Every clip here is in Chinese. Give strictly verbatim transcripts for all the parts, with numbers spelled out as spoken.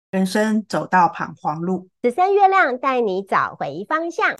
人生走到彷徨路。 十三月亮带你找回方向。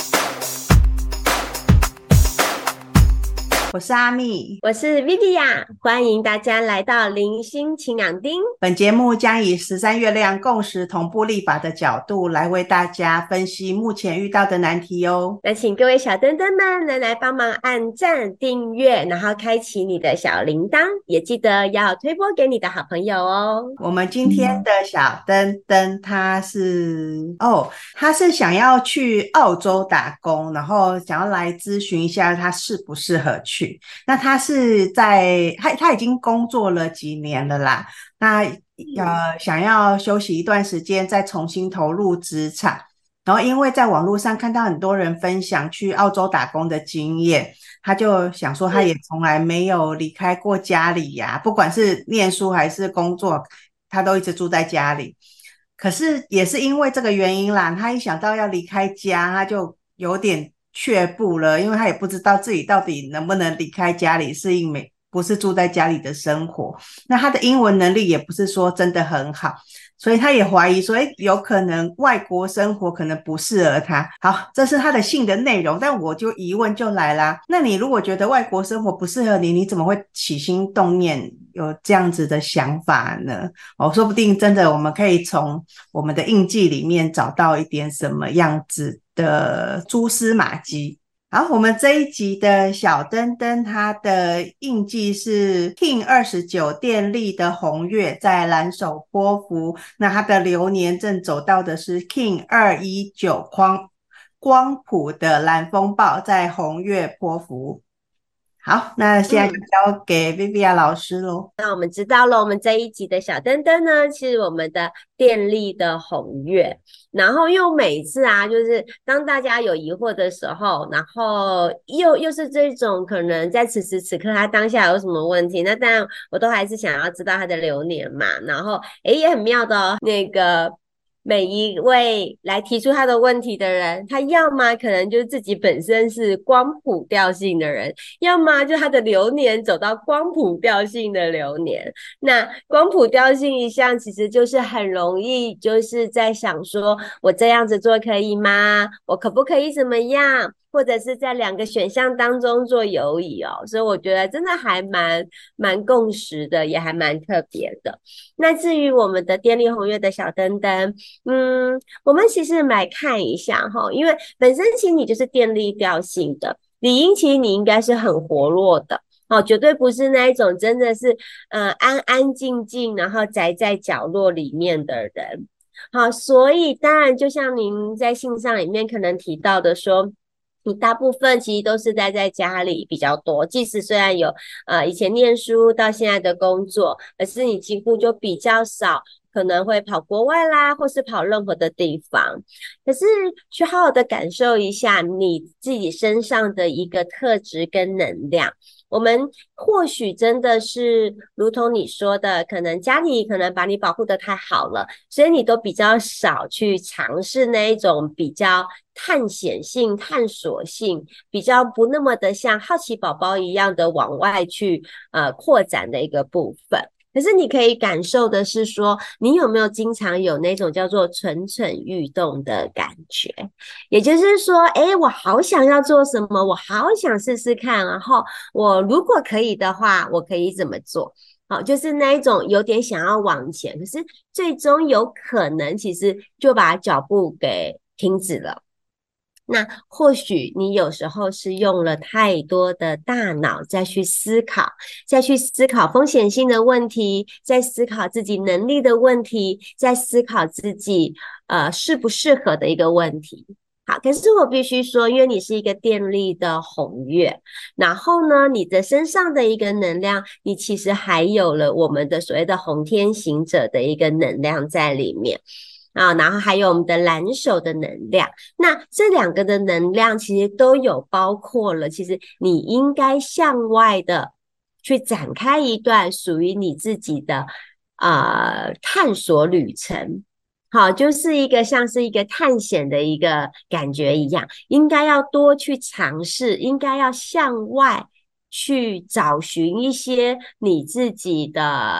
我是阿蜜， 我是 Viviya， 欢迎大家来到零星晴两丁。 本节目将以十三月亮共识同步历法的角度来为大家分析目前遇到的难题哦。 那请各位小灯灯们来来帮忙按赞、订阅，然后开启你的小铃铛，也记得要推播给你的好朋友哦。 我们今天的小灯灯他是哦，他是想要去澳洲打工，然后想要来咨询一下他适不适合去。那他是在他他已经工作了几年了啦，那呃想要休息一段时间再重新投入职场，然后因为在网络上看到很多人分享去澳洲打工的经验，他就想说他也从来没有离开过家里呀、啊，不管是念书还是工作，他都一直住在家里。可是也是因为这个原因啦，他一想到要离开家，他就有点却步了，因为他也不知道自己到底能不能离开家里适应美不是住在家里的生活。那他的英文能力也不是说真的很好，所以他也怀疑说，诶，有可能外国生活可能不适合他。好，这是他的信的内容，但我就疑问就来啦，那你如果觉得外国生活不适合你，你怎么会起心动念有这样子的想法呢？哦，说不定真的我们可以从我们的印记里面找到一点什么样子的蛛丝马迹。好，我们这一集的小灯灯，它的印记是 King 二十九电力的红月在蓝手波符，那它的流年正走到的是 King 二一九光光谱的蓝风暴在红月波符。好，那现在就嗯， 交给 Viviya 老师咯。 那我们知道了，我们这一集的小灯灯呢，是我们的电力的红月。然后因为每次啊，就是当大家有疑惑的时候，然后又又是这种可能在此时此刻他当下有什么问题，那当然我都还是想要知道他的流年嘛。然后诶也很妙的哦，那个每一位来提出他的问题的人，他要么可能就自己本身是光谱调性的人，要么就他的流年走到光谱调性的流年。那光谱调性一项，其实就是很容易就是在想说，我这样子做可以吗？我可不可以怎么样？或者是在两个选项当中做犹疑哦，所以我觉得真的还蛮蛮共识的，也还蛮特别的。那至于我们的电力红月的小灯灯，嗯，我们其实来看一下哈，因为本身其实你就是电力调性的，理应其实你应该是很活络的。哦，绝对不是那一种真的是，呃，安安静静，然后宅在角落里面的人。好，所以当然，就像您在信上里面可能提到的说，你大部分其实都是待在家里比较多，即使虽然有呃以前念书到现在的工作，可是你几乎就比较少可能会跑国外啦，或是跑任何的地方。可是去好好的感受一下你自己身上的一个特质跟能量。我们或许真的是如同你说的，可能家里可能把你保护得太好了，所以你都比较少去尝试那一种比较探险性、探索性，比较不那么的像好奇宝宝一样的往外去呃扩展的一个部分。可是你可以感受的是说，你有没有经常有那种叫做蠢蠢欲动的感觉？也就是说，诶，我好想要做什么，我好想试试看，然后我如果可以的话，我可以怎么做？好，就是那一种有点想要往前，可是最终有可能其实就把脚步给停止了。那或许你有时候是用了太多的大脑再去思考，再去思考风险性的问题，在思考自己能力的问题，在思考自己呃适不适合的一个问题。好，可是我必须说，因为你是一个电力的红月，然后呢，你的身上的一个能量，你其实还有了我们的所谓的红天行者的一个能量在里面。啊，然后还有我们的蓝手的能量，那这两个的能量其实都有包括了，其实你应该向外的去展开一段属于你自己的呃探索旅程。好，就是一个像是一个探险的一个感觉一样，应该要多去尝试，应该要向外去找寻一些你自己的。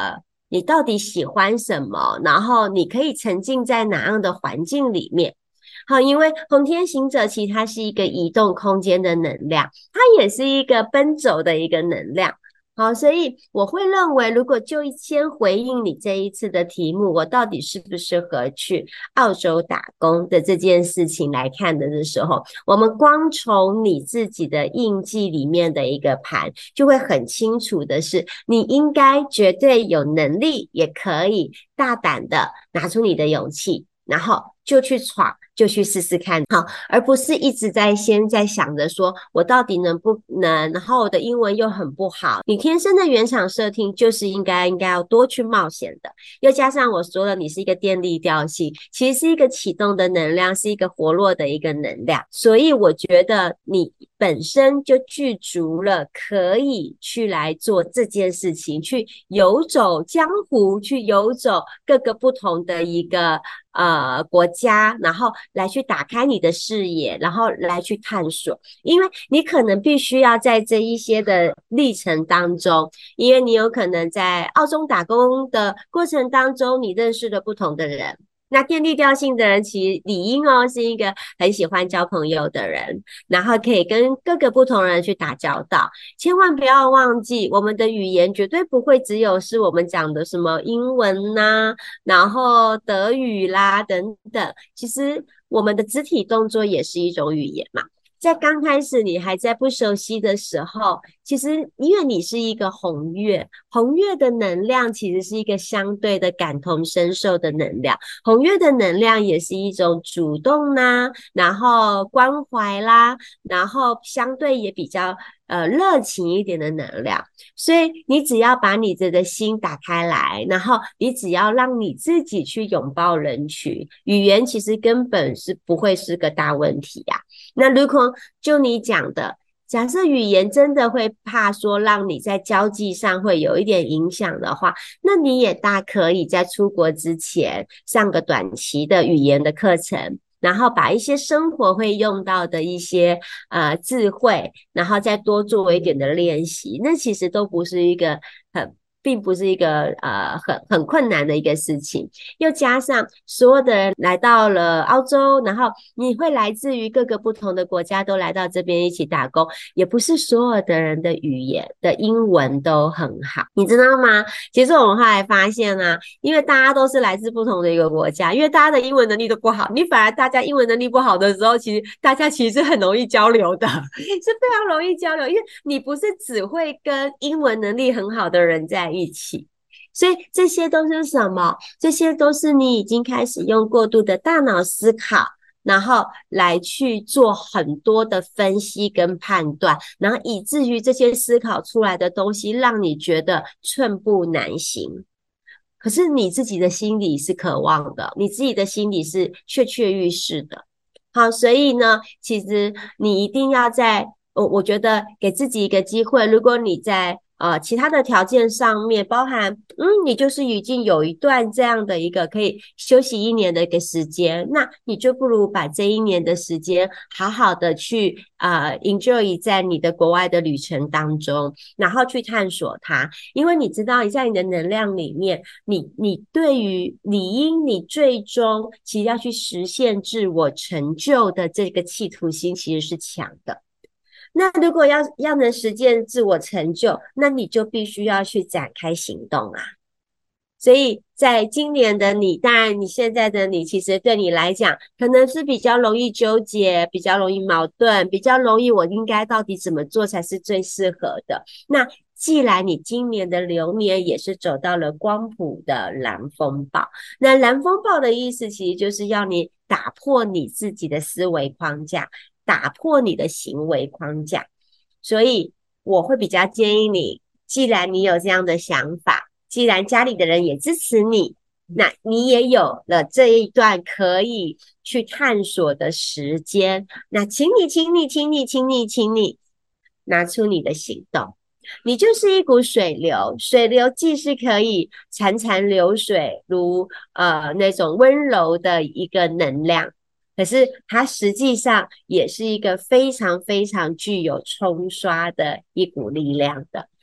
你到底喜欢什么，然后你可以沉浸在哪样的环境里面。好，因为红天行者其实它是一个移动空间的能量，它也是一个奔走的一个能量。好，所以我会认为，如果就先回应你这一次的题目，我到底适不适合去澳洲打工的这件事情来看的的时候，我们光从你自己的印记里面的一个盘，就会很清楚的是，你应该绝对有能力，也可以大胆的拿出你的勇气，然后就去闯，就去试试看，好，而不是一直在先在想着说我到底能不能，然后我的英文又很不好。你天生的原厂设定就是应该应该要多去冒险的，又加上我说了，你是一个电力调性，其实是一个启动的能量，是一个活络的一个能量，所以我觉得你本身就具足了可以去来做这件事情，去游走江湖，去游走各个不同的一个呃国家，然后来去打开你的视野，然后来去探索。因为你可能必须要在这一些的历程当中，因为你有可能在澳洲打工的过程当中，你认识了不同的人。那电力调性的人其实理应哦是一个很喜欢交朋友的人，然后可以跟各个不同人去打交道。千万不要忘记，我们的语言绝对不会只有是我们讲的什么英文呐、啊，然后德语啦等等，其实我们的肢体动作也是一种语言嘛。在刚开始你还在不熟悉的时候，其实因为你是一个红月，红月的能量其实是一个相对的感同身受的能量，红月的能量也是一种主动啦，然后关怀啦，然后相对也比较呃热情一点的能量。所以你只要把你的心打开来，然后你只要让你自己去拥抱人群，语言其实根本是不会是个大问题呀、啊。那如果就你讲的，假设语言真的会怕说让你在交际上会有一点影响的话，那你也大可以在出国之前上个短期的语言的课程，然后把一些生活会用到的一些呃智慧，然后再多做一点的练习，那其实都不是一个很并不是一个呃很很困难的一个事情。又加上所有的人来到了澳洲，然后你会来自于各个不同的国家都来到这边一起打工，也不是所有的人的语言的英文都很好，你知道吗？其实我们后来发现啊，因为大家都是来自不同的一个国家，因为大家的英文能力都不好，你反而大家英文能力不好的时候，其实大家其实很容易交流的，是非常容易交流，因为你不是只会跟英文能力很好的人在一起。所以这些都是什么？这些都是你已经开始用过度的大脑思考，然后来去做很多的分析跟判断，然后以至于这些思考出来的东西让你觉得寸步难行。可是你自己的心里是渴望的，你自己的心里是跃跃欲试的。好，所以呢，其实你一定要在，我我觉得给自己一个机会，如果你在呃其他的条件上面，包含嗯，你就是已经有一段这样的一个可以休息一年的一个时间，那你就不如把这一年的时间好好的去呃 enjoy 在你的国外的旅程当中，然后去探索它，因为你知道你在你的能量里面，你你对于理应你最终其实要去实现自我成就的这个企图心其实是强的。那如果要要能实现自我成就，那你就必须要去展开行动啊。所以在今年的你，当然你现在的你，其实对你来讲，可能是比较容易纠结，比较容易矛盾，比较容易我应该到底怎么做才是最适合的。那既然你今年的流年也是走到了光谱的蓝风暴，那蓝风暴的意思其实就是要你打破你自己的思维框架，打破你的行为框架。所以我会比较建议你，既然你有这样的想法，既然家里的人也支持你，那你也有了这一段可以去探索的时间，那请你请你请你请你请你拿出你的行动。你就是一股水流，水流既是可以潺潺流水，如呃那种温柔的一个能量，可是它实际上也是一个非常非常具有冲刷的一股力量的。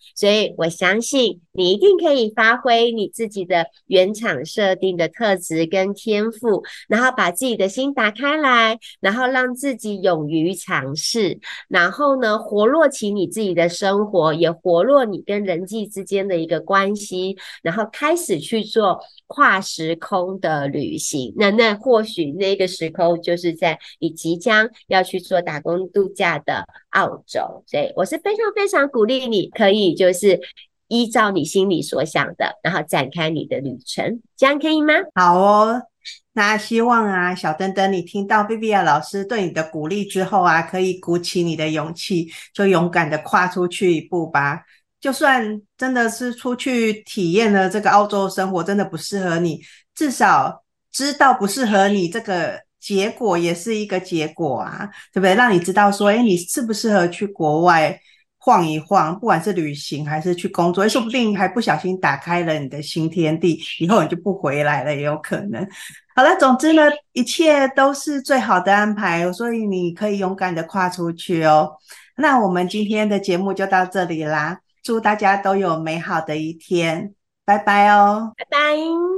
所以我相信你一定可以发挥你自己的原厂设定的特质跟天赋，然后把自己的心打开来，然后让自己勇于尝试，然后呢，活络起你自己的生活，也活络你跟人际之间的一个关系，然后开始去做跨时空的旅行。那那或许那个时空就是在你即将要去做打工度假的澳洲。所以我是非常非常鼓励你可以就是依照你心里所想的，然后展开你的旅程，这样可以吗？ 好哦，那希望啊，小灯灯，你听到 Viviya 老师对你的鼓励之后啊，可以鼓起你的勇气，就勇敢的跨出去一步吧。就算真的是出去体验了这个澳洲生活，真的不适合你，至少知道不适合你这个结果也是一个结果啊，对不对？让你知道说，哎，你适不适合去国外晃一晃，不管是旅行还是去工作，说不定还不小心打开了你的新天地，以后你就不回来了，也有可能。好了，总之呢，一切都是最好的安排，所以你可以勇敢的跨出去哦。那我们今天的节目就到这里啦，祝大家都有美好的一天，拜拜哦。 拜拜。